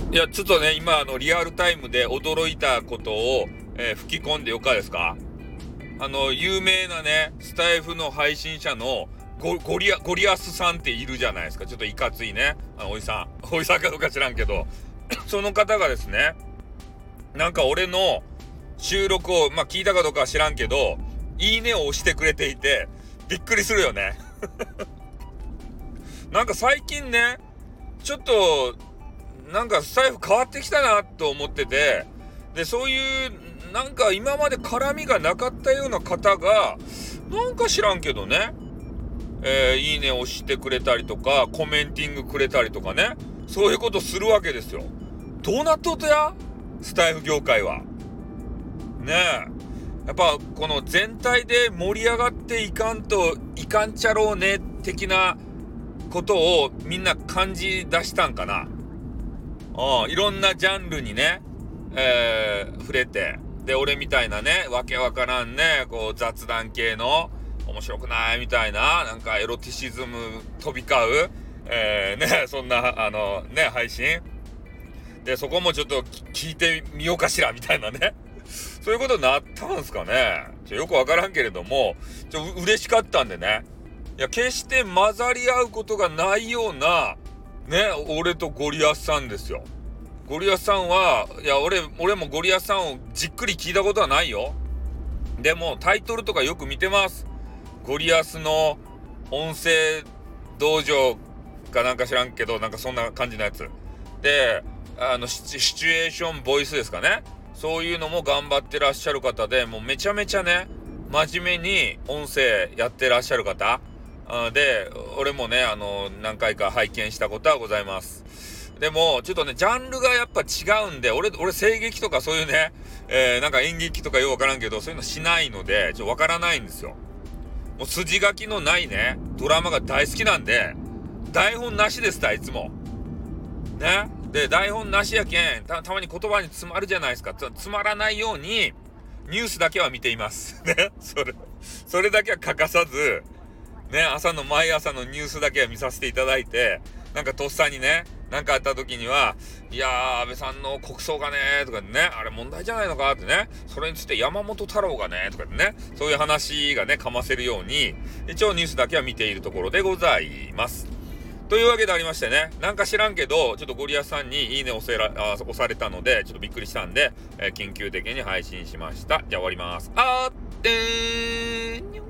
いや、ちょっとね、今、リアルタイムで驚いたことを、吹き込んでよかですか？有名なね、スタイフの配信者のゴリアスさんっているじゃないですか。ちょっといかついね、おじさん。おじさんかどうか知らんけど、その方がですね、なんか俺の収録を、まあ聞いたかどうかは知らんけど、いいねを押してくれていて、びっくりするよね。なんか最近ね、ちょっと、なんかスタイフ変わってきたなと思ってて、で、そういう、なんか今まで絡みがなかったような方が、なんか知らんけどね、いいね押してくれたりとか、コメンティングくれたりとかね、そういうことするわけですよ。どうなっとうとやスタイフ業界は。ねえ。やっぱこの全体で盛り上がっていかんといかんちゃろうね的なことをみんな感じ出したんかな。いろんなジャンルにね、触れて、で、俺みたいなね、わけわからんね、こう雑談系の面白くないみたいな、なんかエロティシズム飛び交う、ね、そんな、ね、配信。で、そこもちょっと聞いてみようかしら、みたいなね。そういうことになったんすかね。よくわからんけれども、嬉しかったんでね。いや、決して混ざり合うことがないような、ね、俺とゴリアスさんですよ。ゴリアスさんは、いや、俺もゴリアスさんをじっくり聞いたことはないよ。でも、タイトルとかよく見てます。ゴリアスの音声道場かなんか知らんけど、なんかそんな感じのやつ。で、シチュエーションボイスですかね。そういうのも頑張ってらっしゃる方で、もうめちゃめちゃね、真面目に音声やってらっしゃる方。で、俺もね、何回か拝見したことはございます。でも、ちょっとね、ジャンルがやっぱ違うんで、俺声劇とかそういうね、なんか演劇とかよくわからんけど、そういうのしないので、わからないんですよ。もう筋書きのないね、ドラマが大好きなんで、台本なしですた、いつも。ね。で、台本なしやけん、たまに言葉に詰まるじゃないですか。詰まらないように、ニュースだけは見ています。ね。それだけは欠かさず、ね、毎朝のニュースだけは見させていただいて、なんかとっさにね、なんかあった時には、いやー、安倍さんの国葬がね、とかね、あれ問題じゃないのかってね、それについて山本太郎がね、とかね、そういう話がね、かませるように、一応ニュースだけは見ているところでございます。というわけでありましてね、なんか知らんけど、ちょっとゴリアスさんにいいね押されたので、ちょっとびっくりしたんで、緊急的に配信しました。じゃあ終わります。あーってーにょ